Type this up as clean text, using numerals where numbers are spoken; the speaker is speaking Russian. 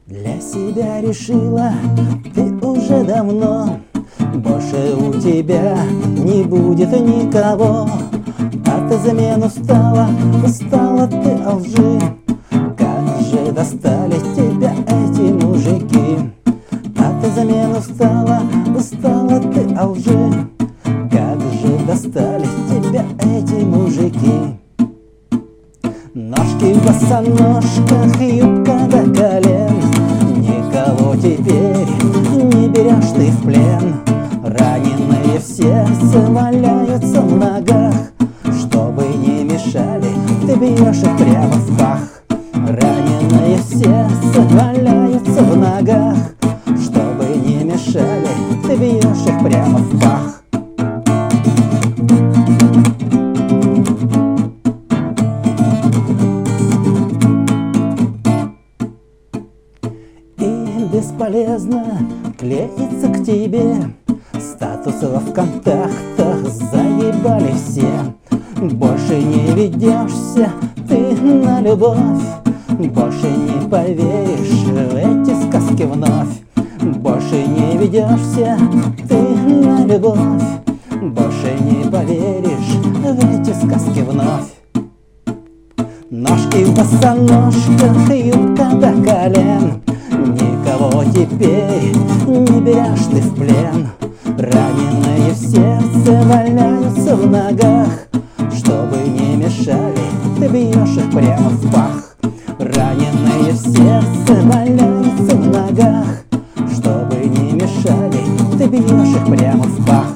Для себя решила ты уже давно, больше у тебя не будет никого. А ты замен устала ты о лжи. Как же достали тебя эти мужики. А ты замен устала ты о лжи. Как же достали тебя эти мужики. Ножки в босоножках, юбка до колен. Никого теперь не берешь ты в плен. Раненые в сердце валяются в ногах. Чтобы не мешали, ты бьешь их прямо в пах. Раненые в сердце валяются в ногах. Чтобы не мешали, ты бьешь их прямо в пах. Бесполезно клеиться к тебе. Статус во ВКонтактах заебали все. Больше не ведешься ты на любовь. Больше не поверишь в эти сказки вновь. Больше не ведешься ты на любовь. Больше не поверишь в эти сказки вновь. Ножки в босоножках, юбка до колен. Никого теперь не берешь ты в плен. Раненые в сердце валяются в ногах. Чтобы не мешали, ты бьешь их прямо в пах. Раненые в сердце валяются в ногах. Чтобы не мешали, ты бьешь их прямо в пах.